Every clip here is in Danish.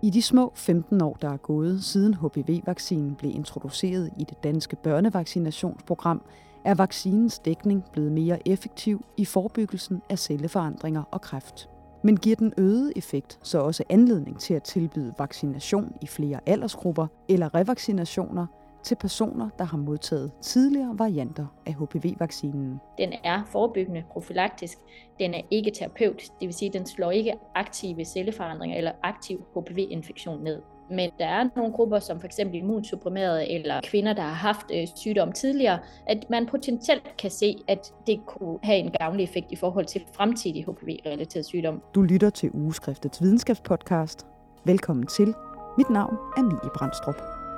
I de små 15 år, der er gået, siden HPV-vaccinen blev introduceret i det danske børnevaccinationsprogram, er vaccinens dækning blevet mere effektiv i forebyggelsen af celleforandringer og kræft. Men giver den øgede effekt så også anledning til at tilbyde vaccination i flere aldersgrupper eller revaccinationer til personer, der har modtaget tidligere varianter af HPV-vaccinen? Den er forebyggende, profylaktisk. Den er ikke terapeutisk, det vil sige, at den slår ikke aktive celleforandringer eller aktiv HPV-infektion ned. Men der er nogle grupper, som f.eks. immunsupprimerede eller kvinder, der har haft sygdom tidligere, at man potentielt kan se, at det kunne have en gavnlig effekt i forhold til fremtidig HPV-relateret sygdom. Du lytter til Ugeskriftets videnskabspodcast. Velkommen til. Mit navn er Mie Brandstrup.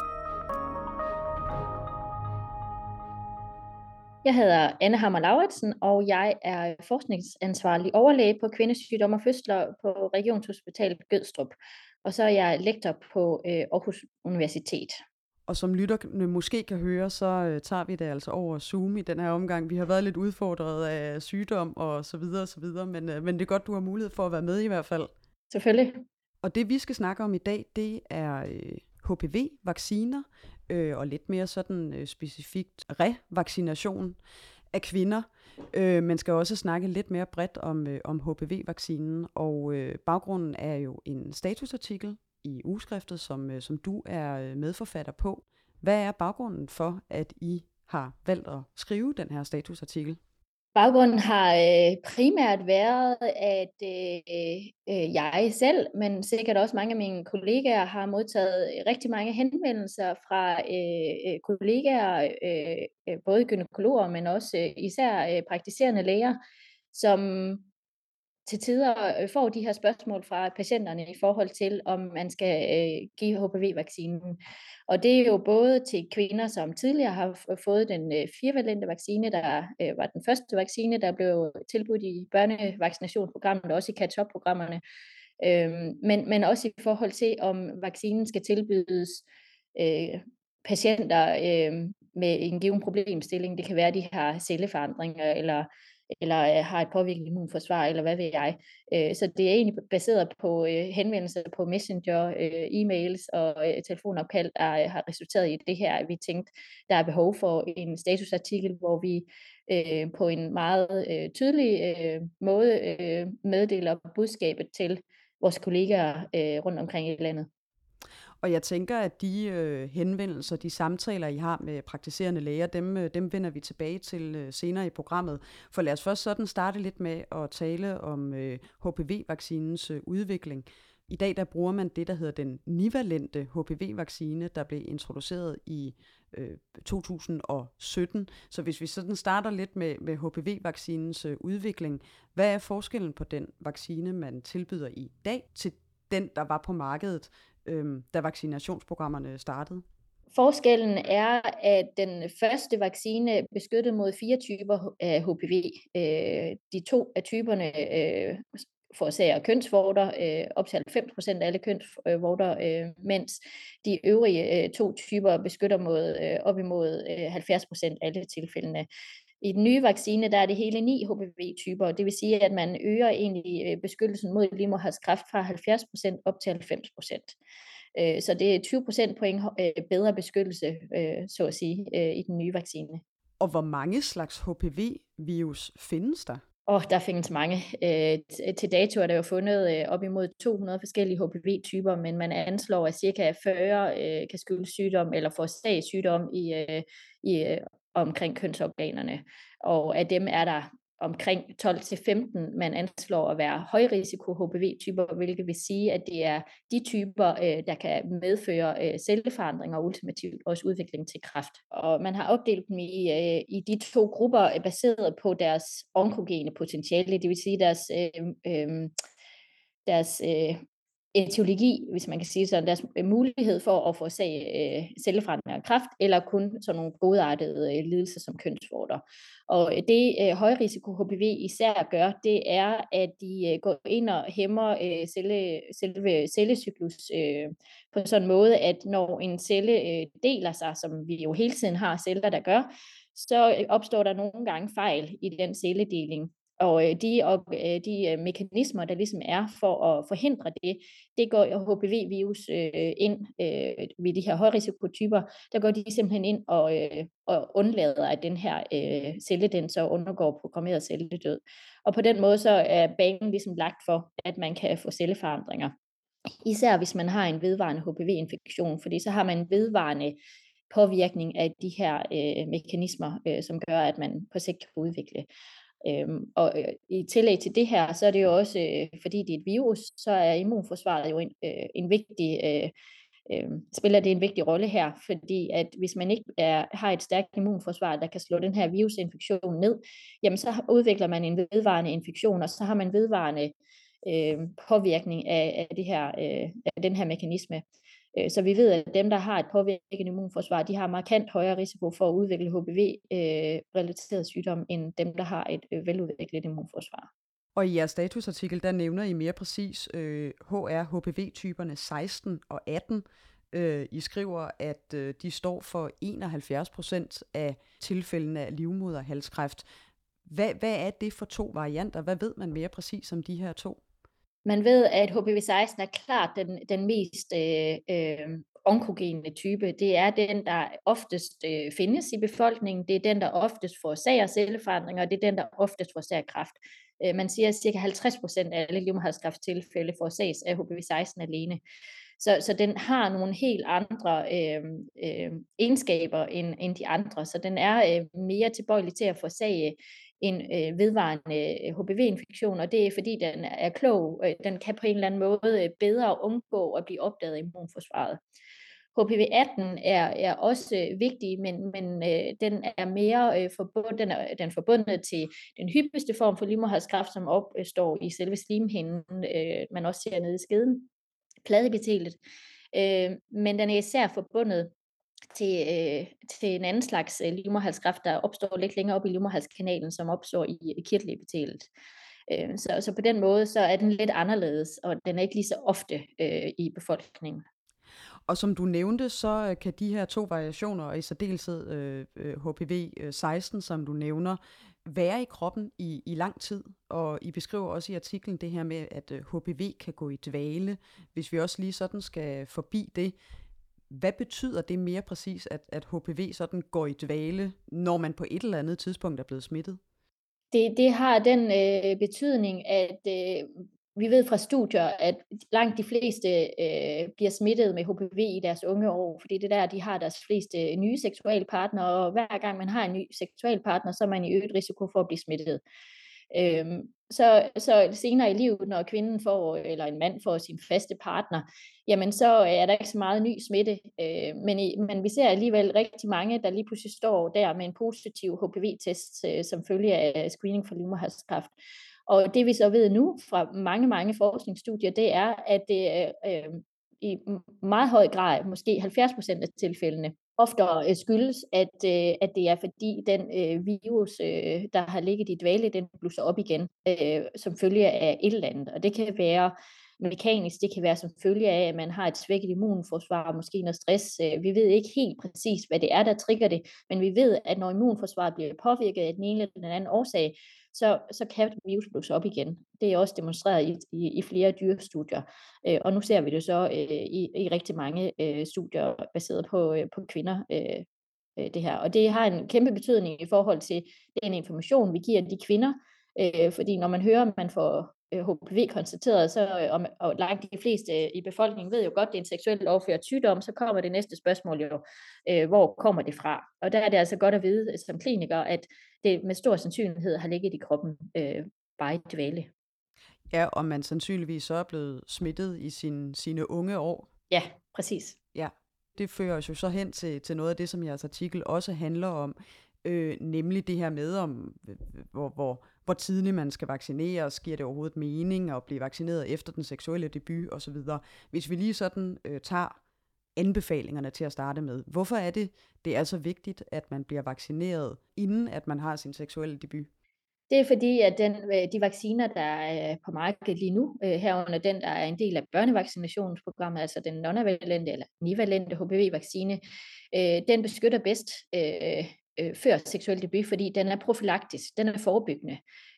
Jeg hedder Anne Hammer Lauritsen, og jeg er forskningsansvarlig overlæge på kvindesygdomme og fødsler på Regionshospitalet Gødstrup. Og så er jeg lektor på Aarhus Universitet. Og som lytterne måske kan høre, så tager vi det altså over Zoom i den her omgang. Vi har været lidt udfordret af sygdom og så videre, men det er godt, du har mulighed for at være med i hvert fald. Selvfølgelig. Og det vi skal snakke om i dag, det er HPV-vacciner og lidt mere sådan specifikt revaccination af kvinder. Man skal også snakke lidt mere bredt om HPV-vaccinen, og baggrunden er jo en statusartikel i Ugeskriftet, som du er medforfatter på. Hvad er baggrunden for, at I har valgt at skrive den her statusartikel? Baggrunden har primært været, at jeg selv, men sikkert også mange af mine kollegaer, har modtaget rigtig mange henvendelser fra kollegaer, både gynækologer, men også især praktiserende læger, som til tider får de her spørgsmål fra patienterne i forhold til, om man skal give HPV-vaccinen. Og det er jo både til kvinder, som tidligere har fået den 4-valente vaccine, der var den første vaccine, der blev tilbudt i børnevaccinationsprogrammet og også i catch-up-programmerne. Men også i forhold til, om vaccinen skal tilbydes patienter med en given problemstilling. Det kan være, at de har celleforandringer eller har et påvirket immunforsvar, eller hvad ved jeg. Så det er egentlig baseret på henvendelser på Messenger, e-mails og telefonopkald, der har resulteret i det her, at vi tænkte, der er behov for en statusartikel, hvor vi på en meget tydelig måde meddeler budskabet til vores kollegaer rundt omkring i landet. Og jeg tænker, at de henvendelser, de samtaler, I har med praktiserende læger, dem vender vi tilbage til senere i programmet. For lad os først sådan starte lidt med at tale om HPV-vaccinens udvikling. I dag der bruger man det, der hedder den nivalente HPV-vaccine, der blev introduceret i 2017. Så hvis vi sådan starter lidt med HPV-vaccinens udvikling, hvad er forskellen på den vaccine, man tilbyder i dag, til den, der var på markedet, da vaccinationsprogrammerne startede? Forskellen er, at den første vaccine beskyttede mod 4 typer af HPV. De 2 af typerne forårsager kønsvorter, op til 90% af alle kønsvorter, mens de øvrige 2 typer beskytter mod op imod 70% af alle tilfældene. I den nye vaccine, der er det hele 9 HPV-typer, det vil sige, at man øger egentlig beskyttelsen mod livmoderhalskræft fra 70% op til 90%. Så det er 20 procentpoint bedre beskyttelse, så at sige, i den nye vaccine. Og hvor mange slags HPV-virus findes der? Der findes mange. Til dato er der jo fundet op imod 200 forskellige HPV-typer, men man anslår, at ca. 40 kan skyldes sygdom eller forårsage sygdom i omkring kønsorganerne. Og af dem er der omkring 12-15, man anslår at være højrisiko HPV-typer, hvilket vil sige, at det er de typer, der kan medføre celleforandringer og ultimativt også udvikling til kræft. Og man har opdelt dem i de 2 grupper baseret på deres onkogene potentiale, det vil sige deres etiologi, hvis man kan sige sådan, deres mulighed for at forårsage celleforandringer af kræft, eller kun sådan nogle godartede lidelser som kønsvorter. Og det højrisiko HPV især gør, det er, at de går ind og hæmmer selve cellecyklus på sådan en måde, at når en celle deler sig, som vi jo hele tiden har celler, der gør, så opstår der nogle gange fejl i den celledeling. De mekanismer, der ligesom er for at forhindre det, det går HPV-virus ind ved de her højrisikotyper, der går de simpelthen ind og undlader, at den her celle, den så undergår programmeret celledød. Og på den måde så er banen ligesom lagt for, at man kan få celleforandringer. Især hvis man har en vedvarende HPV-infektion, fordi så har man en vedvarende påvirkning af de her mekanismer, som gør, at man på sigt kan udvikle. I tillæg til det her, så er det jo også, fordi det er et virus, så er immunforsvaret jo en vigtig, spiller det en vigtig rolle her, fordi at hvis man ikke har et stærkt immunforsvar, der kan slå den her virusinfektion ned, jamen så udvikler man en vedvarende infektion, og så har man vedvarende påvirkning af den her mekanisme. Så vi ved, at dem, der har et påvirket immunforsvar, de har markant højere risiko for at udvikle HPV-relateret sygdom, end dem, der har et veludviklet immunforsvar. Og i jeres statusartikel, der nævner I mere præcis HR-HPV-typerne 16 og 18. I skriver, at de står for 71% af tilfældene af livmoderhalskræft. Hvad er det for 2 varianter? Hvad ved man mere præcis om de her 2? Man ved, at HPV-16 er klart den mest onkogene type. Det er den, der oftest findes i befolkningen. Det er den, der oftest forårsager celleforandringer, og det er den, der oftest forårsager kræft. Man siger, at ca. 50% af alle livmoderhalskræfttilfælde forårsages af HPV-16 alene. Så den har nogle helt andre egenskaber end de andre. Så den er mere tilbøjelig til at forårsage en vedvarende HPV-infektion, og det er fordi, den er klog. Den kan på en eller anden måde bedre undgå at blive opdaget i immunforsvaret. HPV-18 er også vigtig, men den er mere forbundet til den hyppigste form for livmoderhalskræft, som opstår i selve slimhinden, man også ser nede i skeden, pladeepitelet. Men den er især forbundet til en anden slags livmoderhalskræft, der opstår lidt længere op i livmoderhalskanalen, som opstår i kirtelepitelet. Så på den måde så er den lidt anderledes, og den er ikke lige så ofte i befolkningen. Og som du nævnte, så kan de her 2 variationer, og i særdeleshed HPV-16, som du nævner, være i kroppen i lang tid. Og I beskriver også i artiklen det her med, at HPV kan gå i dvale. Hvis vi også lige sådan skal forbi det, hvad betyder det mere præcis, at HPV sådan går i dvale, når man på et eller andet tidspunkt er blevet smittet? Det har den betydning, at vi ved fra studier, at langt de fleste bliver smittet med HPV i deres unge år, fordi det er der, de har deres fleste nye seksualpartnere, og hver gang man har en ny seksualpartner, så er man i øget risiko for at blive smittet. Så senere i livet, når kvinden får, eller en mand får sin faste partner, jamen så er der ikke så meget ny smitte. Men vi ser alligevel rigtig mange, der lige pludselig står der med en positiv HPV-test, som følge af screening for livmoderhalskræft. Og det vi så ved nu fra mange forskningsstudier, det er, at det i meget høj grad, måske 70% af tilfældene, oftere skyldes, at det er fordi den virus, der har ligget i dvale, den blusser op igen, som følge af et eller andet. Og det kan være mekanisk, det kan være som følge af, at man har et svækket immunforsvar, måske noget stress. Vi ved ikke helt præcis, hvad det er, der trigger det, men vi ved, at når immunforsvaret bliver påvirket af den ene eller den anden årsag, så kan virus blusse op igen. Det er også demonstreret i flere dyrestudier, og nu ser vi det så i rigtig mange studier baseret på kvinder, det her. Og det har en kæmpe betydning i forhold til den information, vi giver de kvinder, fordi når man hører, at man får HPV konstateret, så og langt de fleste i befolkningen ved jo godt, at det er en seksuelt overført sygdom, så kommer det næste spørgsmål jo, hvor kommer det fra? Og der er det altså godt at vide som kliniker, at det med stor sandsynlighed har ligget i kroppen bare i dvale. Ja, og man sandsynligvis så er blevet smittet i sine unge år. Ja, præcis. Ja, det fører os jo så hen til noget af det, som jeres artikel også handler om, nemlig det her med, om hvor tidligt man skal vaccineres, giver det overhovedet mening at blive vaccineret efter den seksuelle debut osv. Hvis vi lige sådan tager anbefalingerne til at starte med, hvorfor er det er så vigtigt, at man bliver vaccineret, inden at man har sin seksuelle debut? Det er fordi, at de vacciner, der er på markedet lige nu, herunder den, der er en del af børnevaccinationsprogrammet, altså den non-valente eller nivalente HPV-vaccine, den beskytter bedst før seksuel debut, fordi den er profylaktisk, den er forebyggende.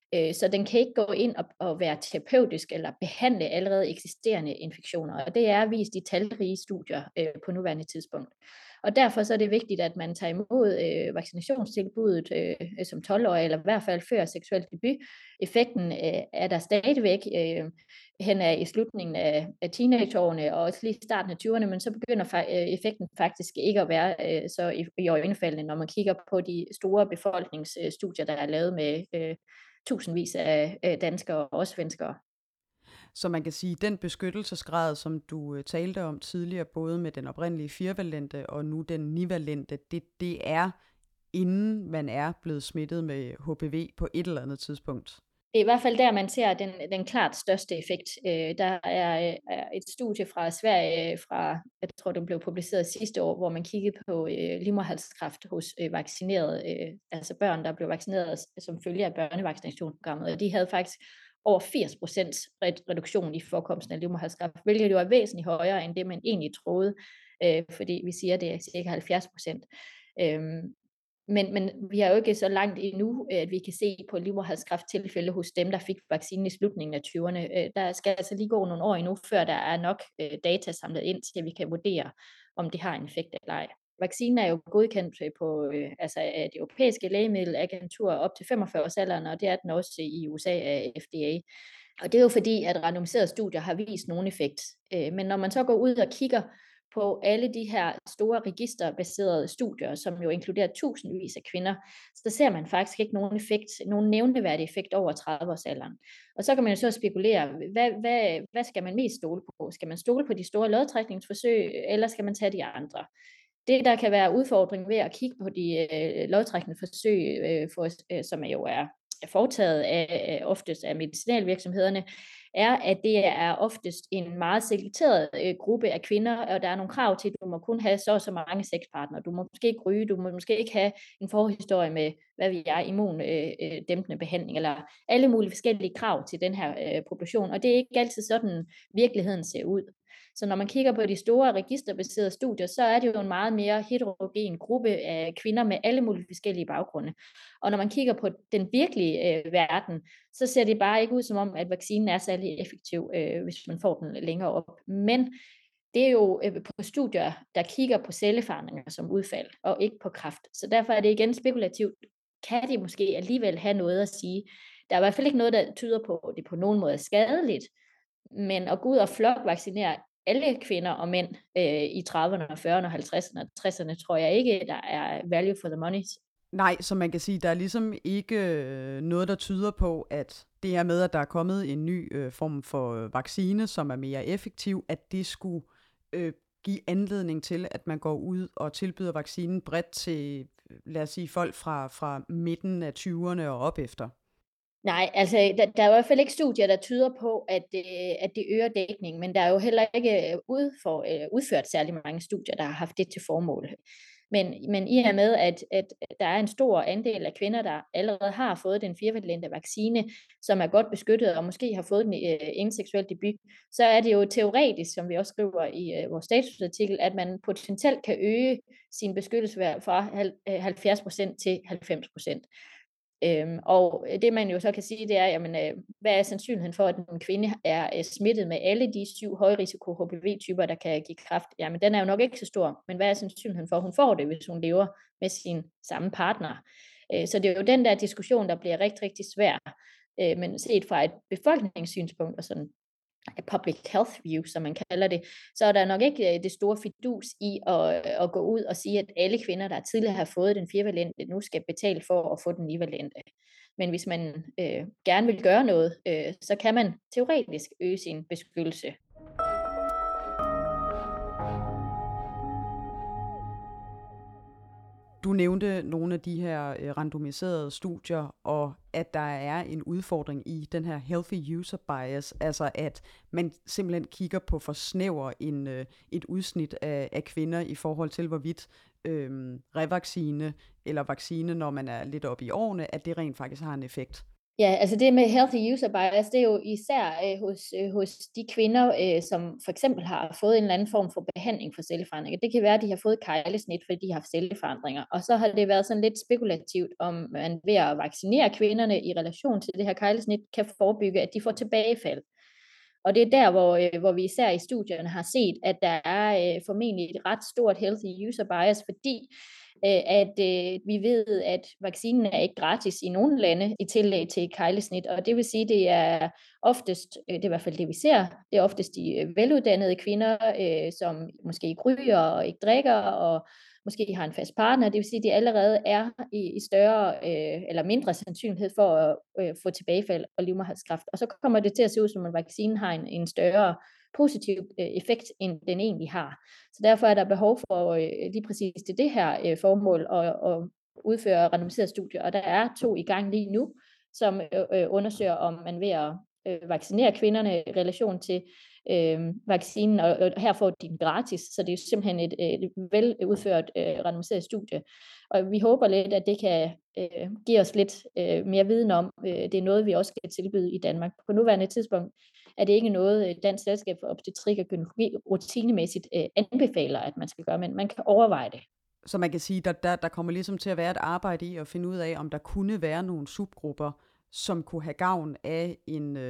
Så den kan ikke gå ind og være terapeutisk eller behandle allerede eksisterende infektioner, og det er vist i talrige studier på nuværende tidspunkt. Og derfor så er det vigtigt, at man tager imod vaccinationstilbuddet som 12-årig, eller i hvert fald før seksuel debut. Effekten er der stadigvæk hen i slutningen af teenageårene, og også lige i starten af 20'erne, men så begynder effekten faktisk ikke at være så i øjnefaldende, når man kigger på de store befolkningsstudier, der er lavet med tusindvis af danskere og også svenskere. Så man kan sige, at den beskyttelsesgrad, som du talte om tidligere, både med den oprindelige 4-valente og nu den 9-valente, det er inden man er blevet smittet med HPV på et eller andet tidspunkt. Det er i hvert fald der, man ser den klart største effekt. Der er et studie fra Sverige, jeg tror, det blev publiceret sidste år, hvor man kiggede på livmoderhalskræft hos vaccinerede, altså børn, der blev vaccineret som følge af børnevaccinationsprogrammet, og de havde faktisk over 80% reduktion i forekomsten af livmoderhalskræft, hvilket jo er væsentligt højere end det, man egentlig troede, fordi vi siger, det er cirka 70%. Men vi har jo ikke så langt endnu, at vi kan se på livmoderhalskræfttilfælde hos dem, der fik vaccinen i slutningen af 20'erne. Der skal altså lige gå nogle år endnu, før der er nok data samlet ind til, at vi kan vurdere, om det har en effekt eller ej. Vaccinen er jo godkendt på af det europæiske lægemiddelagentur op til 45-årsalderen, og det er den også i USA af FDA. Og det er jo fordi, at randomiserede studier har vist nogen effekt. Men når man så går ud og kigger på alle de her store registerbaserede studier, som jo inkluderer tusindvis af kvinder, så ser man faktisk ikke nogen nævneværdig effekt over 30-årsalderen. Og så kan man jo så spekulere, hvad skal man mest stole på? Skal man stole på de store lodtrækningsforsøg, eller skal man tage de andre? Det, der kan være udfordring ved at kigge på de lodtrækkende forsøg, som jo er foretaget oftest af medicinalvirksomhederne, er, at det er oftest en meget selekteret gruppe af kvinder, og der er nogle krav til, at du må kun have så og så mange sexpartnere. Du må måske ikke ryge, du må måske ikke have en forhistorie med, hvad vi er, immundæmpende behandling, eller alle mulige forskellige krav til den her population, og det er ikke altid sådan, virkeligheden ser ud. Så når man kigger på de store registerbaserede studier, så er det jo en meget mere heterogen gruppe af kvinder med alle mulige forskellige baggrunde. Og når man kigger på den virkelige verden, så ser det bare ikke ud som om, at vaccinen er særlig effektiv, hvis man får den længere op. Men det er jo på studier, der kigger på celleforandringer som udfald, og ikke på kræft. Så derfor er det igen spekulativt. Kan de måske alligevel have noget at sige? Der er i hvert fald ikke noget, der tyder på, at det på nogen måde er skadeligt. Men at gå ud og flokvaccinere alle kvinder og mænd i 30'erne, 40'erne, 50'erne og 60'erne, tror jeg ikke, der er value for the money. Nej, så man kan sige, der er ligesom ikke noget, der tyder på, at det her med, at der er kommet en ny form for vaccine, som er mere effektiv, at det skulle give anledning til, at man går ud og tilbyder vaccinen bredt til, lad os sige, folk fra midten af 20'erne og op efter. Nej, altså der er i hvert fald ikke studier, der tyder på, at det øger dækningen, men der er jo heller ikke udført særlig mange studier, der har haft det til formål. Men i og med, at der er en stor andel af kvinder, der allerede har fået den 4-valente vaccine, som er godt beskyttet og måske har fået den inden seksuel debut, så er det jo teoretisk, som vi også skriver i vores statusartikel, at man potentielt kan øge sin beskyttelse fra 70% til 90%. Og det man jo så kan sige, det er, jamen, hvad er sandsynligheden for, at en kvinde er smittet med alle de 7 højrisiko HPV-typer, der kan give kræft? Jamen, den er jo nok ikke så stor, men hvad er sandsynligheden for, at hun får det, hvis hun lever med sin samme partner? Så det er jo den der diskussion, der bliver rigtig, rigtig svær. Men set fra et befolkningssynspunkt og sådan public health view, som man kalder det, så er der nok ikke det store fidus i at gå ud og sige, at alle kvinder, der tidligere har fået den 4-valente, nu skal betale for at få den 9-valente. Men hvis man gerne vil gøre noget, så kan man teoretisk øge sin beskyttelse. Du nævnte nogle af de her randomiserede studier, og at der er en udfordring i den her healthy user bias, altså at man simpelthen kigger på for snæver et udsnit af kvinder i forhold til, hvorvidt revaccine eller vaccine, når man er lidt oppe i årene, at det rent faktisk har en effekt. Ja, altså det med healthy user bias, det er jo især hos de kvinder, som for eksempel har fået en eller anden form for behandling for celleforandringer. Det kan være, at de har fået kejlesnit, fordi de har haft celleforandringer. Og så har det været sådan lidt spekulativt, om man ved at vaccinere kvinderne i relation til det her kejlesnit, kan forebygge, at de får tilbagefald. Og det er der, hvor vi især i studierne har set, at der er formentlig et ret stort healthy user bias, fordi at vi ved, at vaccinen er ikke gratis i nogle lande i tillæg til kejlesnit, og det vil sige, det er oftest, det er i hvert fald det vi ser, det er oftest de veluddannede kvinder, som måske ikke ryger og ikke drikker, og måske har en fast partner, det vil sige, at de allerede er i større eller mindre sandsynlighed for at få tilbagefald og livmoderhalskræft. Og så kommer det til at se ud som, at vaccinen har en større positiv effekt, end den egentlig har. Så derfor er der behov for lige præcis til det her formål at udføre randomiserede studier, og der er 2 i gang lige nu, som undersøger, om man ved at vaccinere kvinderne i relation til vaccinen, og her får de den gratis, så det er simpelthen et veludført randomiseret studie. Og vi håber lidt, at det kan give os lidt mere viden om, det er noget, vi også skal tilbyde i Danmark. På nuværende tidspunkt er det ikke noget, Dansk Selskab for Obstetrik og Gynækologi rutinemæssigt anbefaler, at man skal gøre, men man kan overveje det. Så man kan sige, der kommer ligesom til at være et arbejde i at finde ud af, om der kunne være nogle subgrupper, som kunne have gavn af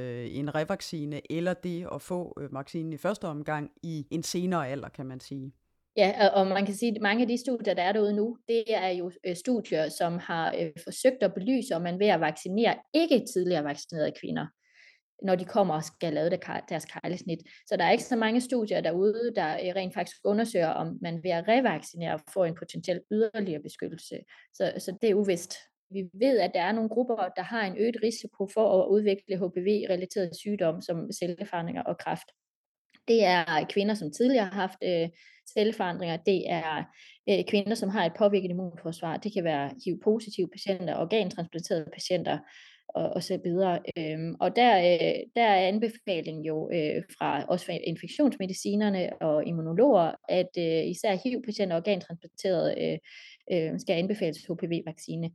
en revaccine, eller det at få vaccinen i første omgang i en senere alder, kan man sige. Ja, og man kan sige, at mange af de studier, der er derude nu, det er jo studier, som har forsøgt at belyse, om man ved at vaccinere ikke tidligere vaccinerede kvinder, når de kommer og skal lave deres kejlesnit. Så der er ikke så mange studier derude, der rent faktisk undersøger, om man ved at revaccinere får en potentiel yderligere beskyttelse. Så det er uvist. Vi ved, at der er nogle grupper, der har en øget risiko for at udvikle HPV-relateret sygdom, som celleforandringer og kræft. Det er kvinder, som tidligere har haft celleforandringer. Det er kvinder, som har et påvirket immunforsvar. Det kan være HIV-positive patienter, organtransplanterede patienter og så videre. Og der er anbefalingen jo fra også fra infektionsmedicinerne og immunologer, at især HIV-patienter og organtransplanterede skal anbefales HPV-vaccine.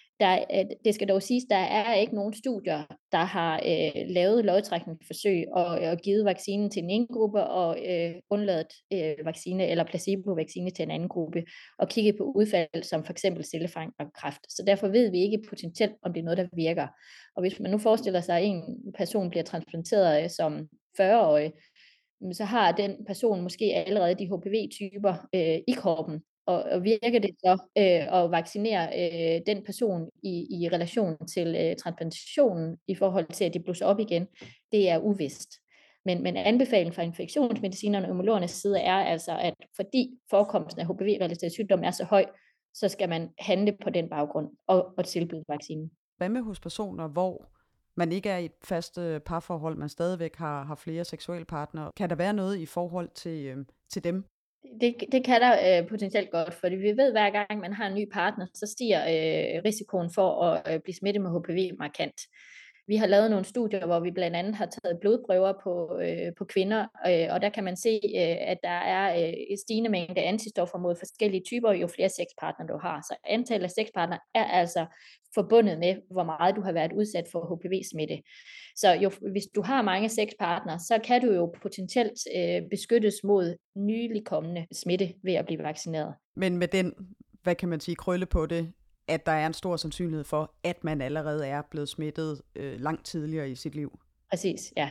Det skal dog siges, der er ikke nogen studier, der har lavet lodtrækningsforsøg og givet vaccinen til en ene gruppe og undladet vaccine eller placebo-vaccine til en anden gruppe og kigget på udfald som for eksempel celleforandring og kræft. Så derfor ved vi ikke potentielt, om det er noget, der virker. Og hvis man nu forestiller sig, at en person bliver transplanteret som 40-årig, så har den person måske allerede de HPV-typer i kroppen. Og virker det så at vaccinere den person i relation til transplantationen i forhold til, at de blusser op igen, det er uvist. Men anbefalingen fra infektionsmedicinerne og immunologernes side er altså, at fordi forekomsten af HPV-relateret sygdom er så høj, så skal man handle på den baggrund og tilbyde vaccinen. Hvad med hos personer, hvor man ikke er i et fast parforhold, man stadigvæk har flere seksuelle partnere? Kan der være noget i forhold til dem? Det kan der potentielt godt, fordi vi ved, hver gang man har en ny partner, så stiger risikoen for at blive smittet med HPV markant. Vi har lavet nogle studier, hvor vi blandt andet har taget blodprøver på kvinder, og der kan man se, at der er et stigende mængde antistoffer mod forskellige typer, jo flere sexpartnere du har. Så antallet af sexpartnere er altså forbundet med, hvor meget du har været udsat for HPV-smitte. Så hvis du har mange sexpartnere, så kan du jo potentielt beskyttes mod nylig kommende smitte ved at blive vaccineret. Men med den, hvad kan man sige, krølle på det, at der er en stor sandsynlighed for, at man allerede er blevet smittet langt tidligere i sit liv. Præcis, ja.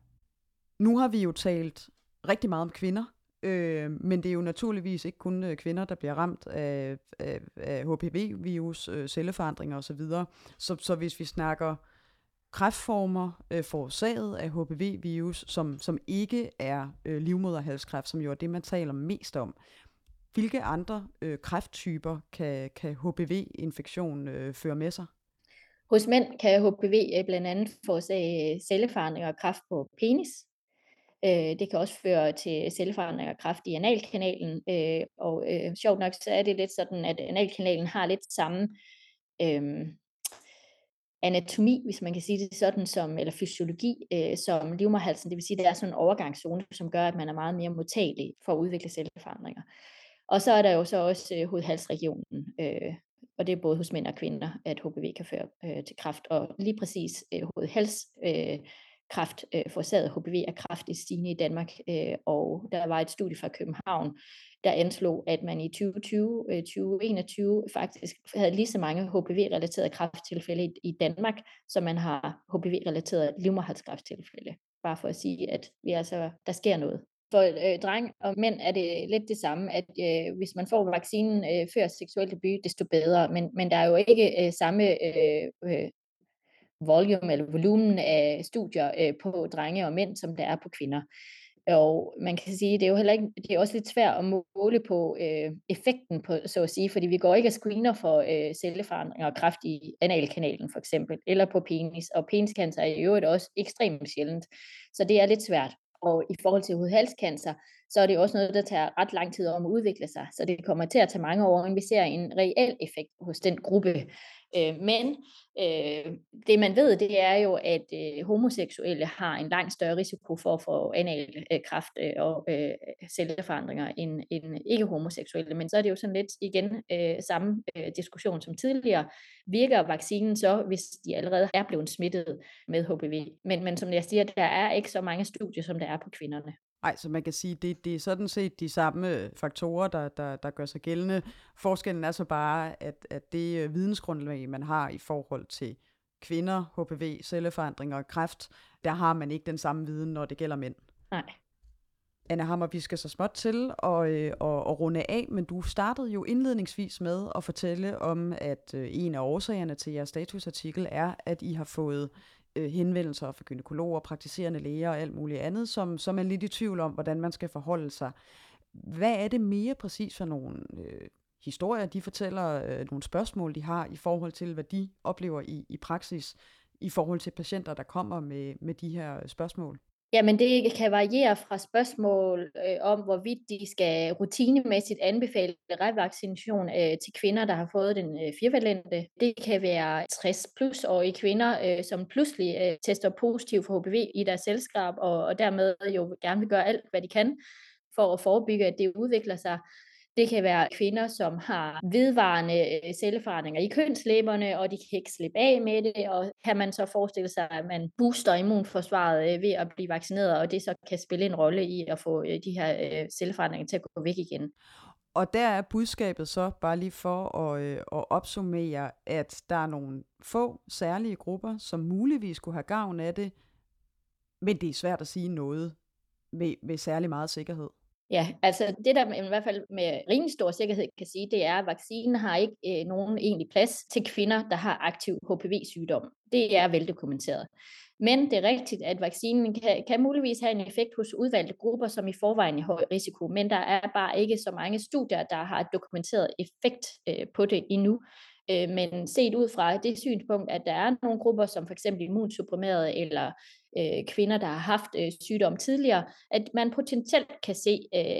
Nu har vi jo talt rigtig meget om kvinder, men det er jo naturligvis ikke kun kvinder, der bliver ramt af HPV-virus, celleforandringer osv. Så hvis vi snakker kræftformer forårsaget af HPV-virus, som ikke er livmoderhalskræft, som jo er det, man taler mest om, hvilke andre kræfttyper kan HPV-infektion føre med sig? Hos mænd kan HPV blandt andet forårsage celleforandringer og kræft på penis. Det kan også føre til celleforandringer og kræft i analkanalen. Og sjovt nok, så er det lidt sådan, at analkanalen har lidt samme anatomi, hvis man kan sige det sådan, eller fysiologi, som livmoderhalsen. Det vil sige, at det er sådan en overgangszone, som gør, at man er meget mere modtagelig for at udvikle celleforandringer. Og så er der jo så også hovedhalsregionen, og det er både hos mænd og kvinder, at HPV kan føre til kræft. Og lige præcis hoved-hals-kræft, forårsaget HPV, er kraftigt stigende i Danmark. Og der var et studie fra København, der anslog, at man i 2020-2021 faktisk havde lige så mange HPV-relaterede kræfttilfælde i Danmark, som man har HPV-relaterede livmoderhalskræfttilfælde. Bare for at sige, at der sker noget. For drenge og mænd er det lidt det samme, at hvis man får vaccinen før seksuel debut, desto bedre. Men der er jo ikke samme volume eller volumen af studier på drenge og mænd, som der er på kvinder. Og man kan sige, det er jo heller ikke, det er også lidt svært at måle på effekten på, så at sige, fordi vi går ikke og screener for celleforandringer og kræft i analkanalen for eksempel, eller på penis, og peniscancer er i øvrigt også ekstremt sjældent, så det er lidt svært. Og i forhold til hoved-hals-cancer, så er det også noget, der tager ret lang tid om at udvikle sig, så det kommer til at tage mange år, inden vi ser en reel effekt hos den gruppe. Men det man ved, det er jo, at homoseksuelle har en langt større risiko for at få analkræft og celleforandringer end ikke homoseksuelle. Men så er det jo sådan lidt igen samme diskussion som tidligere. Virker vaccinen så, hvis de allerede er blevet smittet med HPV? Men som jeg siger, der er ikke så mange studier, som der er på kvinderne. Nej, så man kan sige, det er sådan set de samme faktorer, der gør sig gældende. Forskellen er så bare, at det vidensgrundlag, man har i forhold til kvinder, HPV, celleforandringer og kræft, der har man ikke den samme viden, når det gælder mænd. Nej. Anna Hammer, vi skal så småt til at runde af, men du startede jo indledningsvis med at fortælle om, at en af årsagerne til jeres statusartikel er, at I har fået henvendelser fra gynækologer, praktiserende læger og alt muligt andet, som er lidt i tvivl om, hvordan man skal forholde sig. Hvad er det mere præcis for nogle historier, de fortæller, nogle spørgsmål, de har i forhold til, hvad de oplever i praksis, i forhold til patienter, der kommer med de her spørgsmål? Jamen det kan variere fra spørgsmål om, hvorvidt de skal rutinemæssigt anbefale revaccination til kvinder, der har fået den firvalente. Det kan være 60+-årige kvinder, som pludselig tester positiv for HPV i deres selskab, og dermed jo gerne vil gøre alt, hvad de kan for at forebygge, at det udvikler sig. Det kan være kvinder, som har vedvarende celleforandringer i kønslæberne, og de kan ikke slippe af med det, og kan man så forestille sig, at man booster immunforsvaret ved at blive vaccineret, og det så kan spille en rolle i at få de her celleforandringer til at gå væk igen. Og der er budskabet så, bare lige for at opsummere, at der er nogle få særlige grupper, som muligvis kunne have gavn af det, men det er svært at sige noget med særlig meget sikkerhed. Ja, altså det der i hvert fald med rimelig stor sikkerhed kan sige, det er, at vaccinen har ikke nogen egentlig plads til kvinder, der har aktiv HPV-sygdom. Det er veldokumenteret. Men det er rigtigt, at vaccinen kan muligvis have en effekt hos udvalgte grupper, som i forvejen er i høj risiko, men der er bare ikke så mange studier, der har et dokumenteret effekt på det endnu. Men set ud fra det synspunkt, at der er nogle grupper, som for eksempel immunsupprimerede eller kvinder, der har haft sygdom tidligere, at man potentielt kan se,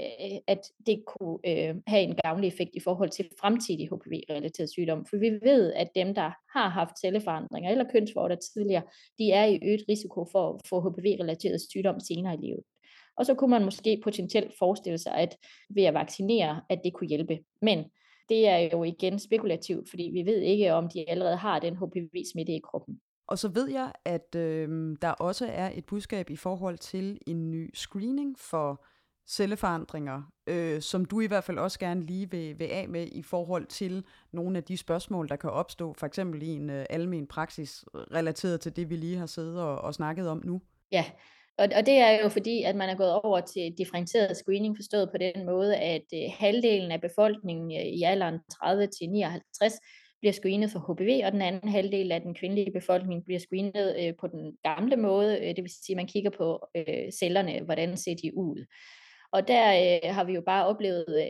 at det kunne have en gavnlig effekt i forhold til fremtidig HPV-relateret sygdom. For vi ved, at dem, der har haft celleforandringer eller kønsvorter tidligere, de er i øget risiko for at få HPV-relateret sygdom senere i livet. Og så kunne man måske potentielt forestille sig, at ved at vaccinere, at det kunne hjælpe. Men det er jo igen spekulativt, fordi vi ved ikke, om de allerede har den HPV-smitte i kroppen. Og så ved jeg, at der også er et budskab i forhold til en ny screening for celleforandringer, som du i hvert fald også gerne lige vil af med i forhold til nogle af de spørgsmål, der kan opstå, for eksempel i en almen praksis, relateret til det, vi lige har siddet og snakket om nu. Ja, og det er jo fordi, at man er gået over til differentieret screening, forstået på den måde, at halvdelen af befolkningen i alderen 30 til 59 bliver screenet for HPV, og den anden halvdel af den kvindelige befolkning bliver screenet på den gamle måde, det vil sige, at man kigger på cellerne, hvordan ser de ud. Og der har vi jo bare oplevet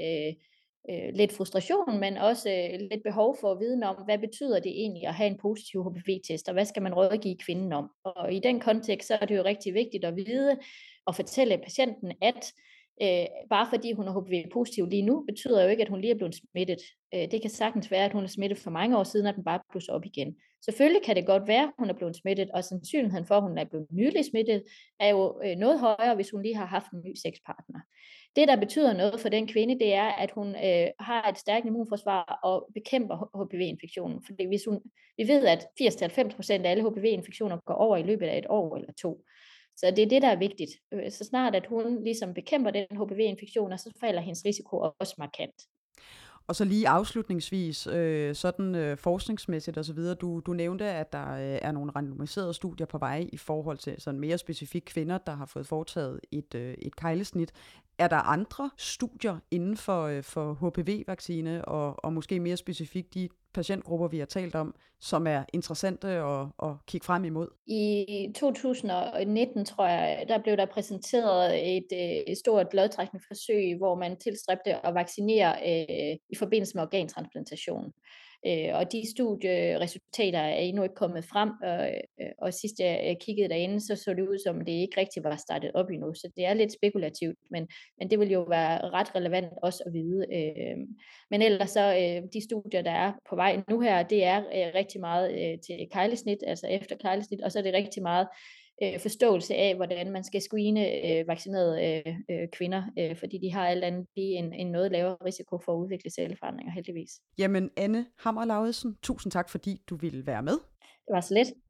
lidt frustration, men også lidt behov for at vide om, hvad betyder det egentlig at have en positiv HPV-test, og hvad skal man rådgive kvinden om? Og i den kontekst, så er det jo rigtig vigtigt at vide og fortælle patienten, at Bare fordi hun er HPV-positiv lige nu, betyder jo ikke, at hun lige er blevet smittet. Det kan sagtens være, at hun er smittet for mange år siden, at den bare blusser op igen. Selvfølgelig kan det godt være, at hun er blevet smittet, og sandsynligheden for, at hun er blevet nylig smittet, er jo noget højere, hvis hun lige har haft en ny sexpartner. Det, der betyder noget for den kvinde, det er, at hun har et stærkt immunforsvar og bekæmper HPV-infektionen. Fordi vi ved, at 80-90% af alle HPV-infektioner går over i løbet af et år eller to. Så det er det, der er vigtigt. Så snart at hun ligesom bekæmper den HPV-infektion, så falder hendes risiko også markant. Og så lige afslutningsvis, sådan forskningsmæssigt osv., du nævnte, at der er nogle randomiserede studier på vej i forhold til sådan mere specifikt kvinder, der har fået foretaget et keglesnit. Er der andre studier inden for HPV-vaccine, og måske mere specifikt de patientgrupper, vi har talt om, som er interessante at kigge frem imod? I 2019, tror jeg, der blev der præsenteret et stort lodtrækningsforsøg, hvor man tilstræbte at vaccinere i forbindelse med organtransplantation. Og de studieresultater er endnu ikke kommet frem, og sidst jeg kiggede derinde, så det ud som, det ikke rigtig var startet op endnu. Så det er lidt spekulativt, men det vil jo være ret relevant også at vide. Men ellers så de studier, der er på vej nu her, det er rigtig meget til keglesnit, altså efter keglesnit, og så er det rigtig meget forståelse af, hvordan man skal screene vaccinerede kvinder, fordi de har alt andet lige en noget lavere risiko for at udvikle celleforandringer, heldigvis. Jamen, Anne Hammer Lauridsen, tusind tak, fordi du ville være med. Det var så let.